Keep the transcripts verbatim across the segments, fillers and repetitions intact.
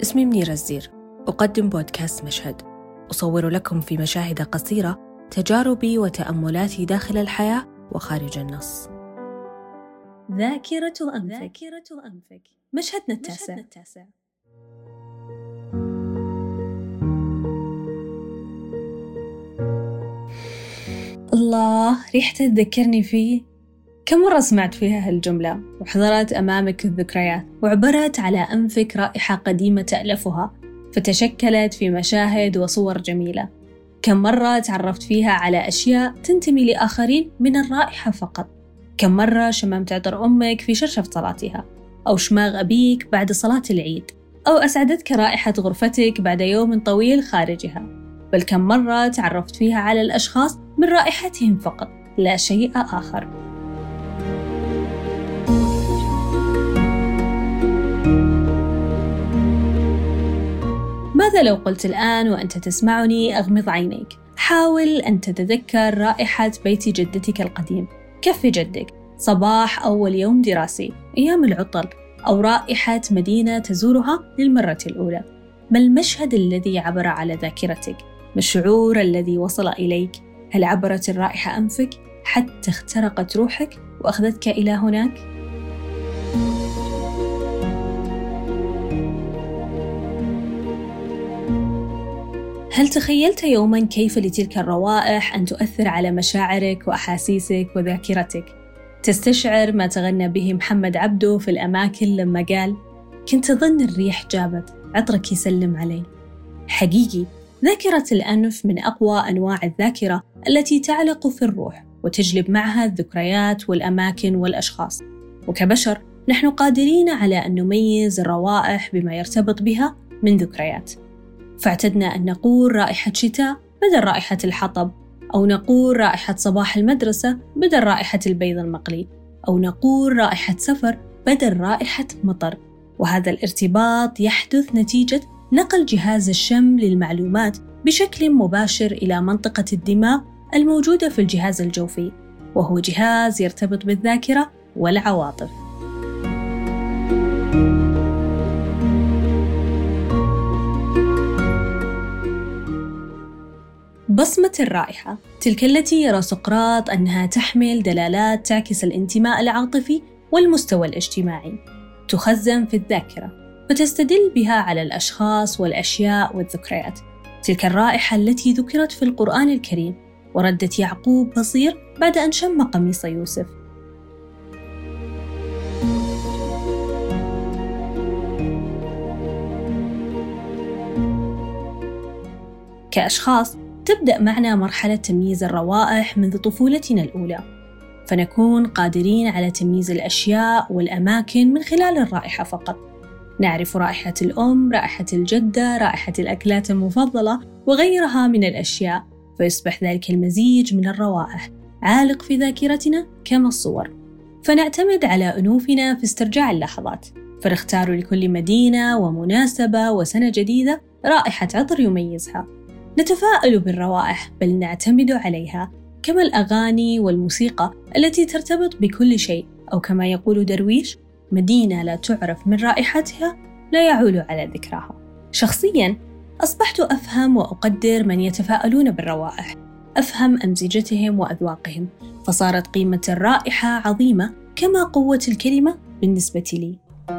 اسمي منيرة الزير، أقدم بودكاست مشهد، أصور لكم في مشاهد قصيرة تجاربي وتأملاتي داخل الحياة وخارج النص. ذاكرة أنفك. ذاكرة أنفك. مشهدنا التاسع. التاسع. الله، ريحتها تذكرني فيه. كم مرة سمعت فيها هالجملة وحضرت أمامك الذكريات وعبرت على أنفك رائحة قديمة تألفها فتشكلت في مشاهد وصور جميلة. كم مرة تعرفت فيها على أشياء تنتمي لآخرين من الرائحة فقط. كم مرة شممت عطر أمك في شرشف صلاتها، أو شماغ أبيك بعد صلاة العيد، أو أسعدتك رائحة غرفتك بعد يوم طويل خارجها. بل كم مرة تعرفت فيها على الأشخاص من رائحتهم فقط، لا شيء آخر. ماذا لو قلت الآن وأنت تسمعني أغمض عينيك، حاول أن تتذكر رائحة بيت جدتك القديم، كف جدك، صباح أول يوم دراسي، أيام العطل، أو رائحة مدينة تزورها للمرة الأولى. ما المشهد الذي عبر على ذاكرتك؟ ما الشعور الذي وصل إليك؟ هل عبرت الرائحة أنفك حتى اخترقت روحك وأخذتك إلى هناك؟ هل تخيلت يوماً كيف لتلك الروائح أن تؤثر على مشاعرك وأحاسيسك وذاكرتك؟ تستشعر ما تغنى به محمد عبده في الأماكن لما قال: كنت أظن الريح جابت عطرك يسلم علي. حقيقي ذاكرة الأنف من أقوى أنواع الذاكرة التي تعلق في الروح وتجلب معها الذكريات والأماكن والأشخاص. وكبشر نحن قادرين على أن نميز الروائح بما يرتبط بها من ذكريات. فاعتدنا أن نقول رائحة شتاء بدل رائحة الحطب، أو نقول رائحة صباح المدرسة بدل رائحة البيض المقلي، أو نقول رائحة سفر بدل رائحة مطر. وهذا الارتباط يحدث نتيجة نقل جهاز الشم للمعلومات بشكل مباشر إلى منطقة الدماغ الموجودة في الجهاز الجوفي، وهو جهاز يرتبط بالذاكرة والعواطف. بصمة الرائحة، تلك التي يرى سقراط أنها تحمل دلالات تعكس الانتماء العاطفي والمستوى الاجتماعي، تخزن في الذاكرة فتستدل بها على الأشخاص والأشياء والذكريات. تلك الرائحة التي ذكرت في القرآن الكريم وردة يعقوب بصير بعد أن شم قميص يوسف. كأشخاص تبدأ معنا مرحلة تمييز الروائح منذ طفولتنا الأولى، فنكون قادرين على تمييز الأشياء والأماكن من خلال الرائحة فقط. نعرف رائحة الأم، رائحة الجدة، رائحة الأكلات المفضلة وغيرها من الأشياء، فيصبح ذلك المزيج من الروائح عالق في ذاكرتنا كما الصور. فنعتمد على أنوفنا في استرجاع اللحظات، فنختار لكل مدينة ومناسبة وسنة جديدة رائحة عطر يميزها. نتفاءل بالروائح بل نعتمد عليها، كما الأغاني والموسيقى التي ترتبط بكل شيء، أو كما يقول درويش: مدينة لا تعرف من رائحتها لا يعول على ذكرها. شخصياً أصبحت أفهم وأقدر من يتفاءلون بالروائح، أفهم أمزجتهم وأذواقهم، فصارت قيمة الرائحة عظيمة كما قوة الكلمة بالنسبة لي.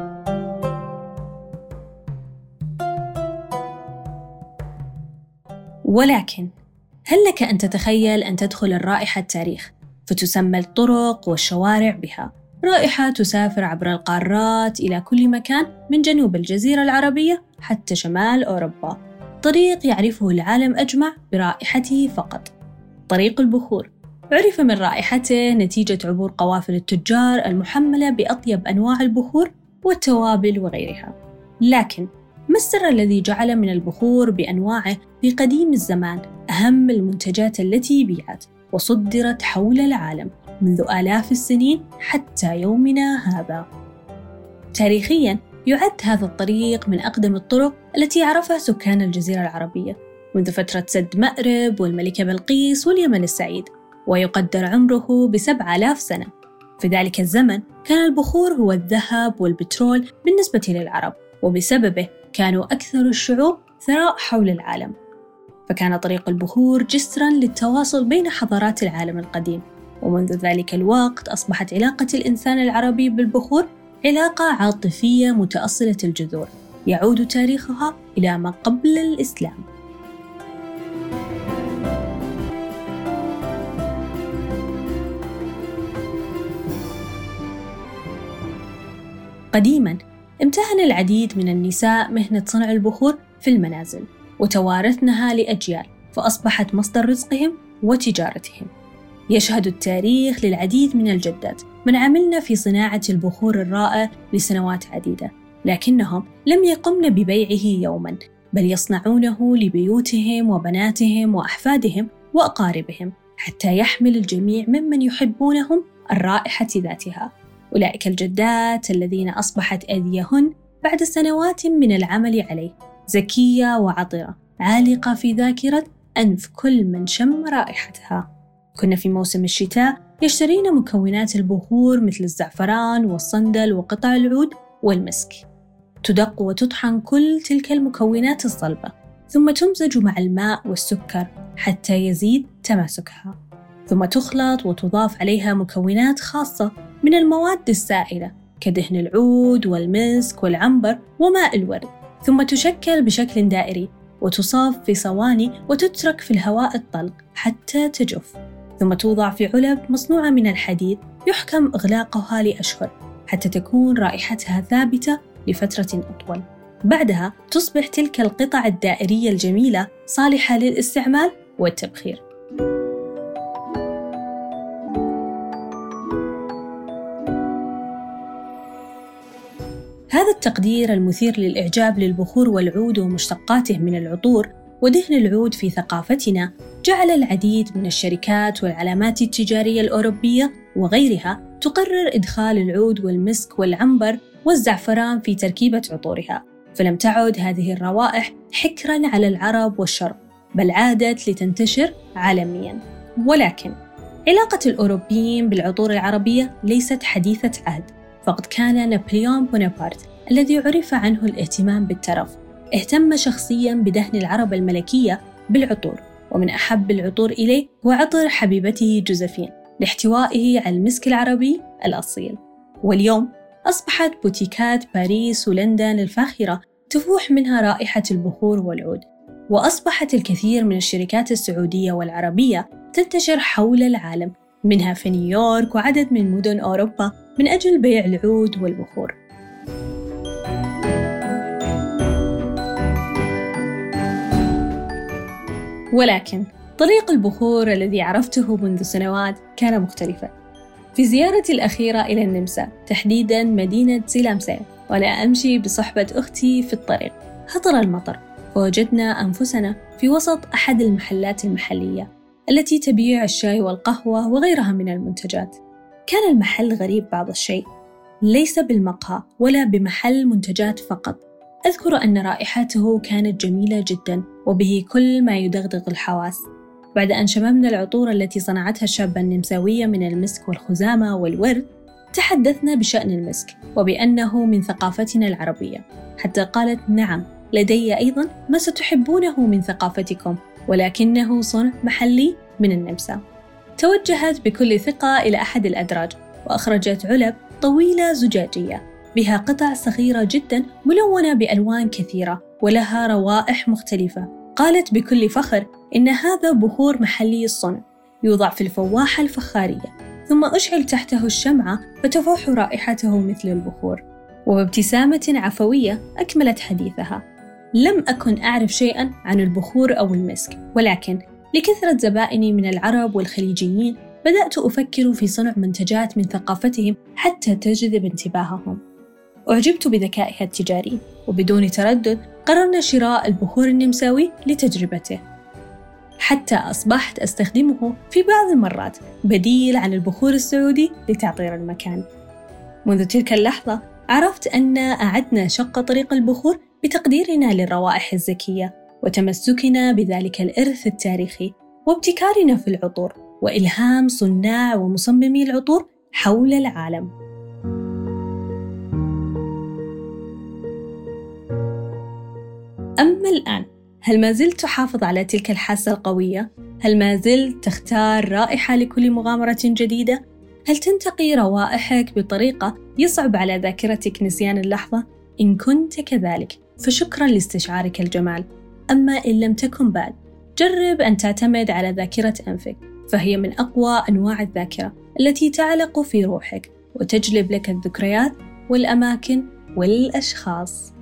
ولكن هل لك أن تتخيل أن تدخل الرائحة التاريخ فتسمى الطرق والشوارع بها؟ رائحة تسافر عبر القارات إلى كل مكان من جنوب الجزيرة العربية حتى شمال أوروبا. طريق يعرفه العالم أجمع برائحته فقط. طريق البخور عرف من رائحته نتيجة عبور قوافل التجار المحملة بأطيب أنواع البخور والتوابل وغيرها. لكن ما السر الذي جعل من البخور بأنواعه في قديم الزمان أهم المنتجات التي بيعت وصدرت حول العالم منذ آلاف السنين حتى يومنا هذا؟ تاريخياً يعد هذا الطريق من أقدم الطرق التي عرفها سكان الجزيرة العربية منذ فترة سد مأرب والملكة بلقيس واليمن السعيد، ويقدر عمره بسبع آلاف سنة. في ذلك الزمن كان البخور هو الذهب والبترول بالنسبة للعرب، وبسببه كانوا أكثر الشعوب ثراء حول العالم، فكان طريق البخور جسراً للتواصل بين حضارات العالم القديم. ومنذ ذلك الوقت أصبحت علاقة الإنسان العربي بالبخور علاقة عاطفية متأصلة الجذور، يعود تاريخها إلى ما قبل الإسلام. قديماً امتهن العديد من النساء مهنة صنع البخور في المنازل، وتوارثنها لأجيال، فأصبحت مصدر رزقهم وتجارتهم. يشهد التاريخ للعديد من الجدات من عملن في صناعة البخور الرائع لسنوات عديدة، لكنهم لم يقمن ببيعه يوماً، بل يصنعونه لبيوتهم وبناتهم وأحفادهم وأقاربهم، حتى يحمل الجميع ممن يحبونهم الرائحة ذاتها. أولئك الجدات الذين أصبحت أيديهن بعد سنوات من العمل عليه زكية وعطرة، عالقة في ذاكرة أنف كل من شم رائحتها. كنا في موسم الشتاء يشترين مكونات البخور مثل الزعفران والصندل وقطع العود والمسك. تدق وتطحن كل تلك المكونات الصلبة، ثم تمزج مع الماء والسكر حتى يزيد تماسكها، ثم تخلط وتضاف عليها مكونات خاصة من المواد السائلة كدهن العود والمسك والعنبر وماء الورد، ثم تشكل بشكل دائري وتصاف في صواني وتترك في الهواء الطلق حتى تجف، ثم توضع في علب مصنوعة من الحديد يحكم إغلاقها لأشهر حتى تكون رائحتها ثابتة لفترة أطول. بعدها تصبح تلك القطع الدائرية الجميلة صالحة للاستعمال والتبخير. هذا التقدير المثير للإعجاب للبخور والعود ومشتقاته من العطور ودهن العود في ثقافتنا جعل العديد من الشركات والعلامات التجارية الأوروبية وغيرها تقرر إدخال العود والمسك والعنبر والزعفران في تركيبة عطورها، فلم تعد هذه الروائح حكراً على العرب والشرق، بل عادت لتنتشر عالمياً. ولكن علاقة الأوروبيين بالعطور العربية ليست حديثة عهد، فقد كان نابليون بونابرت الذي عرف عنه الاهتمام بالترف اهتم شخصياً بدهن العرب الملكية بالعطور، ومن أحب العطور إليه هو عطر حبيبته جوزفين لاحتوائه على المسك العربي الأصيل. واليوم أصبحت بوتيكات باريس ولندن الفاخرة تفوح منها رائحة البخور والعود، وأصبحت الكثير من الشركات السعودية والعربية تنتشر حول العالم، منها في نيويورك وعدد من مدن أوروبا، من أجل بيع العود والبخور. ولكن طريق البخور الذي عرفته منذ سنوات كان مختلفاً. في زيارتي الأخيرة إلى النمسا، تحديداً مدينة زيلامسير، وأنا أمشي بصحبة أختي في الطريق، هطل المطر، فوجدنا أنفسنا في وسط أحد المحلات المحلية التي تبيع الشاي والقهوة وغيرها من المنتجات. كان المحل غريب بعض الشيء، ليس بالمقهى ولا بمحل منتجات فقط. أذكر أن رائحته كانت جميلة جداً وبه كل ما يدغدغ الحواس. بعد أن شممنا العطور التي صنعتها الشابة النمساوية من المسك والخزامة والورد، تحدثنا بشأن المسك وبأنه من ثقافتنا العربية، حتى قالت: نعم، لدي أيضاً ما ستحبونه من ثقافتكم، ولكنه صنع محلي من النمسا. توجهت بكل ثقة إلى أحد الأدراج وأخرجت علب طويلة زجاجية بها قطع صغيرة جداً ملونة بألوان كثيرة ولها روائح مختلفة. قالت بكل فخر إن هذا بخور محلي الصنع يوضع في الفواحة الفخارية، ثم أشعل تحته الشمعة فتفوح رائحته مثل البخور. وبابتسامة عفوية أكملت حديثها: لم أكن أعرف شيئاً عن البخور أو المسك، ولكن لكثرة زبائني من العرب والخليجيين بدأت أفكر في صنع منتجات من ثقافتهم حتى تجذب انتباههم. أعجبت بذكائها التجاري، وبدون تردد قررنا شراء البخور النمساوي لتجربته، حتى أصبحت أستخدمه في بعض المرات بديل عن البخور السعودي لتعطير المكان. منذ تلك اللحظة عرفت أن أعدنا شق طريق البخور بتقديرنا للروائح الزكية وتمسكنا بذلك الإرث التاريخي وابتكارنا في العطور وإلهام صناع ومصممي العطور حول العالم. أما الآن، هل ما زلت تحافظ على تلك الحاسة القوية؟ هل ما زلت تختار رائحة لكل مغامرة جديدة؟ هل تنتقي روائحك بطريقة يصعب على ذاكرتك نسيان اللحظة؟ إن كنت كذلك فشكراً لاستشعارك الجمال. أما إن لم تكن بعد، جرب أن تعتمد على ذاكرة أنفك، فهي من أقوى أنواع الذاكرة التي تعلق في روحك وتجلب لك الذكريات والأماكن والأشخاص.